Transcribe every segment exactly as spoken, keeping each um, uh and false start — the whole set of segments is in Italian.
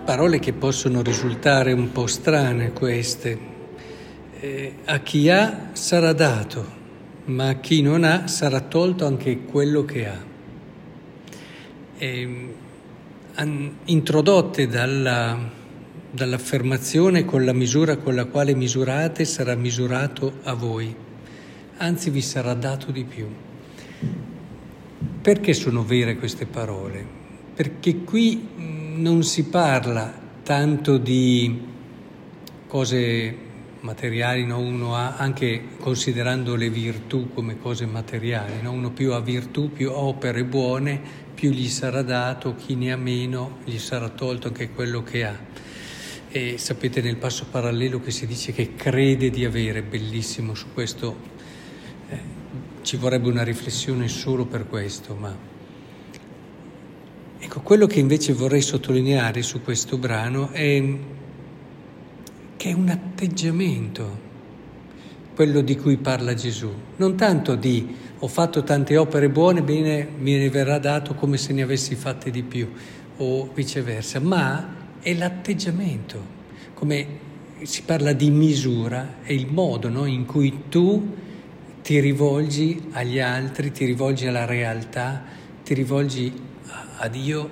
Parole che possono risultare un po' strane queste. Eh, a chi ha sarà dato, ma a chi non ha sarà tolto anche quello che ha. Eh, an, introdotte dalla, dall'affermazione: con la misura con la quale misurate sarà misurato a voi, anzi vi sarà dato di più. Perché sono vere queste parole? Perché qui non si parla tanto di cose materiali, no? Uno ha, anche considerando le virtù come cose materiali, no? Uno più ha virtù, più ha opere buone, più gli sarà dato, chi ne ha meno gli sarà tolto anche quello che ha. E sapete nel passo parallelo che si dice che crede di avere, bellissimo su questo, eh, ci vorrebbe una riflessione solo per questo, ma ecco, quello che invece vorrei sottolineare su questo brano è che è un atteggiamento, quello di cui parla Gesù. Non tanto di ho fatto tante opere buone, bene, me ne verrà dato come se ne avessi fatte di più, o viceversa, ma è l'atteggiamento. Come si parla di misura, è il modo, no, in cui tu ti rivolgi agli altri, ti rivolgi alla realtà, ti rivolgi a Dio,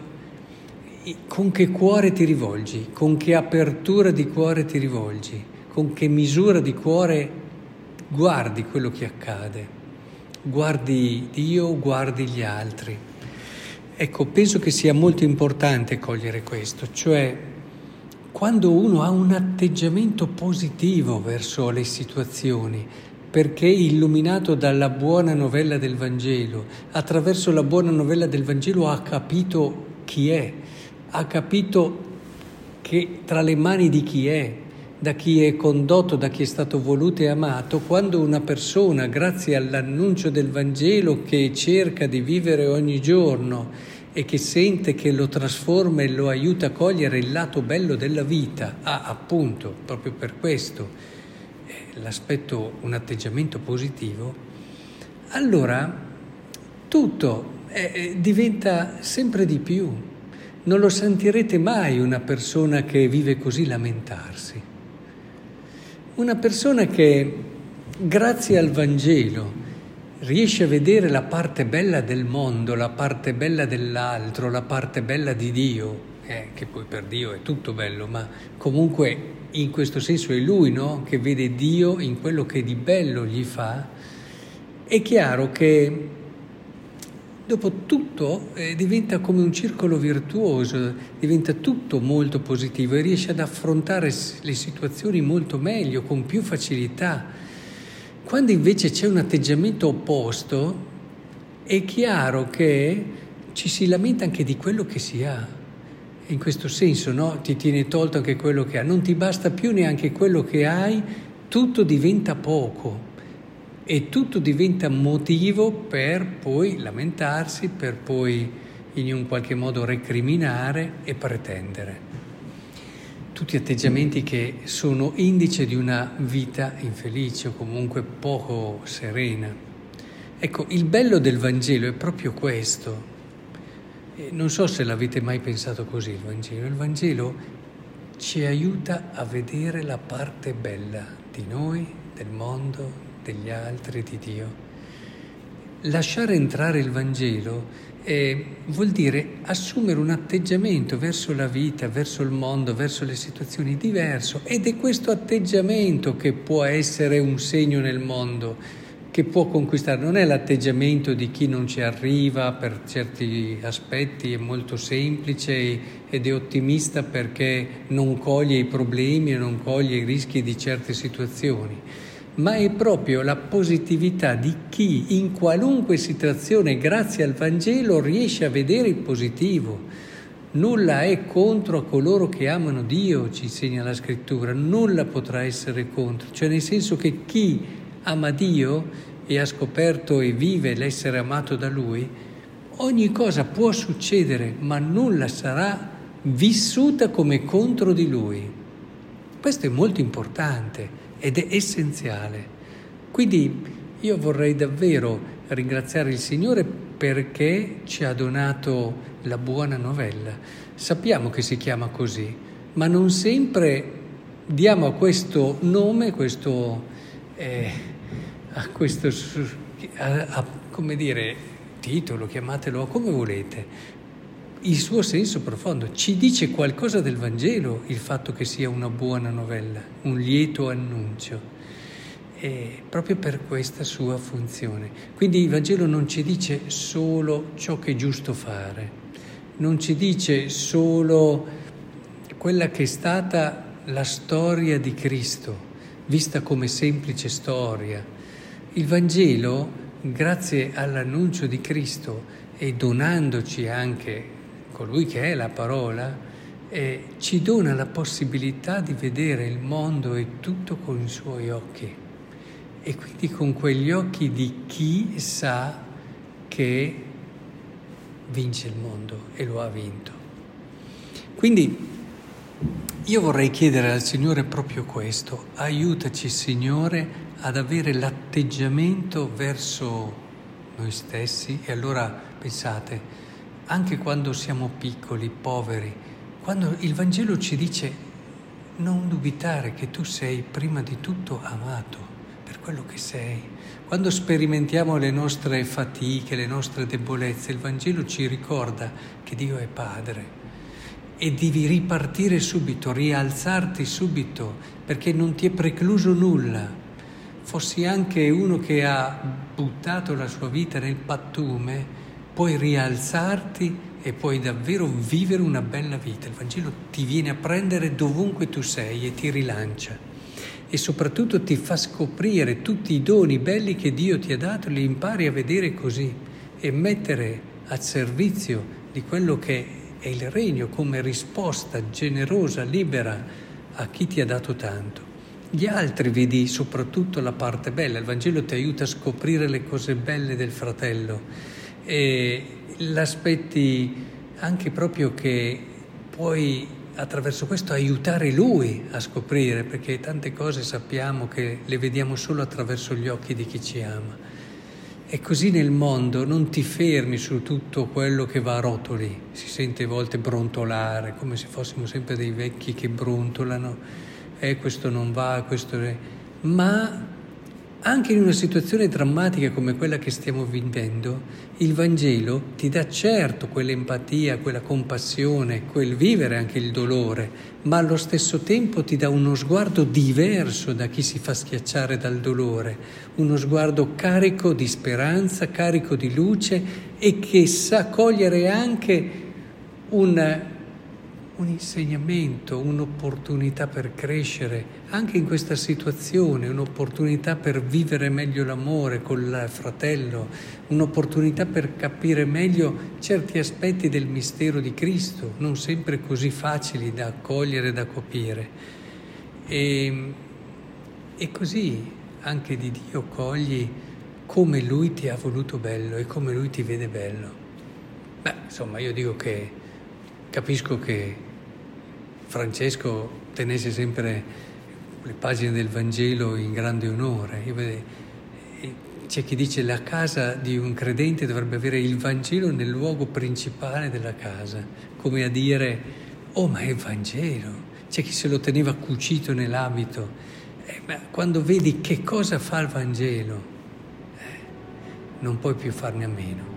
con che cuore ti rivolgi, con che apertura di cuore ti rivolgi, con che misura di cuore guardi quello che accade, guardi Dio, guardi gli altri. Ecco, penso che sia molto importante cogliere questo, cioè quando uno ha un atteggiamento positivo verso le situazioni, perché illuminato dalla buona novella del Vangelo, attraverso la buona novella del Vangelo ha capito chi è, ha capito che tra le mani di chi è, da chi è condotto, da chi è stato voluto e amato. Quando una persona, grazie all'annuncio del Vangelo che cerca di vivere ogni giorno e che sente che lo trasforma e lo aiuta a cogliere il lato bello della vita, ha appunto, proprio per questo, l'aspetto, un atteggiamento positivo, allora tutto eh, diventa sempre di più. Non lo sentirete mai una persona che vive così lamentarsi. Una persona che, grazie al Vangelo, riesce a vedere la parte bella del mondo, la parte bella dell'altro, la parte bella di Dio, eh, che poi per Dio è tutto bello, ma comunque in questo senso è Lui, no? Che vede Dio in quello che di bello gli fa. È chiaro che dopo tutto eh, diventa come un circolo virtuoso, diventa tutto molto positivo e riesce ad affrontare le situazioni molto meglio, con più facilità. Quando invece c'è un atteggiamento opposto, è chiaro che ci si lamenta anche di quello che si ha. In questo senso, no? Ti tiene tolto anche quello che ha, non ti basta più neanche quello che hai, tutto diventa poco e tutto diventa motivo per poi lamentarsi, per poi in un qualche modo recriminare e pretendere. Tutti atteggiamenti che sono indice di una vita infelice o comunque poco serena. Ecco, il bello del Vangelo è proprio questo. Non so se l'avete mai pensato così il Vangelo. Il Vangelo ci aiuta a vedere la parte bella di noi, del mondo, degli altri, di Dio. Lasciare entrare il Vangelo eh, vuol dire assumere un atteggiamento verso la vita, verso il mondo, verso le situazioni diverso. Ed è questo atteggiamento che può essere un segno nel mondo, che può conquistare. Non è l'atteggiamento di chi non ci arriva per certi aspetti, è molto semplice ed è ottimista perché non coglie i problemi e non coglie i rischi di certe situazioni, ma è proprio la positività di chi in qualunque situazione, grazie al Vangelo, riesce a vedere il positivo. Nulla è contro a coloro che amano Dio, ci insegna la Scrittura, nulla potrà essere contro, cioè nel senso che chi ama Dio e ha scoperto e vive l'essere amato da Lui, ogni cosa può succedere, ma nulla sarà vissuta come contro di Lui. Questo è molto importante ed è essenziale. Quindi io vorrei davvero ringraziare il Signore perché ci ha donato la buona novella, Sappiamo che si chiama così, ma non sempre diamo a questo nome, questo, eh, a questo, a, a, come dire, titolo, chiamatelo come volete, il suo senso profondo. Ci dice qualcosa del Vangelo il fatto che sia una buona novella, un lieto annuncio, e proprio per questa sua funzione. Quindi il Vangelo non ci dice solo ciò che è giusto fare, non ci dice solo quella che è stata la storia di Cristo, vista come semplice storia. Il Vangelo, grazie all'annuncio di Cristo e donandoci anche colui che è la parola, eh, ci dona la possibilità di vedere il mondo e tutto con i suoi occhi, e quindi con quegli occhi di chi sa che vince il mondo e lo ha vinto. Quindi io vorrei chiedere al Signore proprio questo: aiutaci, Signore, ad avere l'atteggiamento verso noi stessi. E allora pensate, anche quando siamo piccoli, poveri, quando il Vangelo ci dice non dubitare che tu sei prima di tutto amato per quello che sei. Quando sperimentiamo le nostre fatiche, le nostre debolezze, il Vangelo ci ricorda che Dio è Padre e devi ripartire subito, rialzarti subito, perché non ti è precluso nulla. Fossi anche uno che ha buttato la sua vita nel pattume, puoi rialzarti e puoi davvero vivere una bella vita. Il Vangelo ti viene a prendere dovunque tu sei e ti rilancia. E soprattutto ti fa scoprire tutti i doni belli che Dio ti ha dato, li impari a vedere così e mettere a servizio di quello che è il regno come risposta generosa, libera a chi ti ha dato tanto. Gli altri vedi soprattutto la parte bella, il Vangelo ti aiuta a scoprire le cose belle del fratello e l'aspetti anche proprio che puoi attraverso questo aiutare lui a scoprire, perché tante cose sappiamo che le vediamo solo attraverso gli occhi di chi ci ama. E così nel mondo non ti fermi su tutto quello che va a rotoli, si sente a volte brontolare, come se fossimo sempre dei vecchi che brontolano, eh questo non va, questo è... Ma anche in una situazione drammatica come quella che stiamo vivendo, il Vangelo ti dà certo quell'empatia, quella compassione, quel vivere anche il dolore, ma allo stesso tempo ti dà uno sguardo diverso da chi si fa schiacciare dal dolore, uno sguardo carico di speranza, carico di luce e che sa cogliere anche un, un insegnamento, un'opportunità per crescere anche in questa situazione, un'opportunità per vivere meglio l'amore col fratello, un'opportunità per capire meglio certi aspetti del mistero di Cristo, non sempre così facili da accogliere e da capire. E, e così anche di Dio cogli come Lui ti ha voluto bello e come Lui ti vede bello. Beh, insomma, io dico che capisco che Francesco tenesse sempre le pagine del Vangelo in grande onore. Io vedo, c'è chi dice la casa di un credente dovrebbe avere il Vangelo nel luogo principale della casa, come a dire, oh ma è il Vangelo. C'è chi se lo teneva cucito nell'abito. Eh, ma quando vedi che cosa fa il Vangelo, eh, non puoi più farne a meno.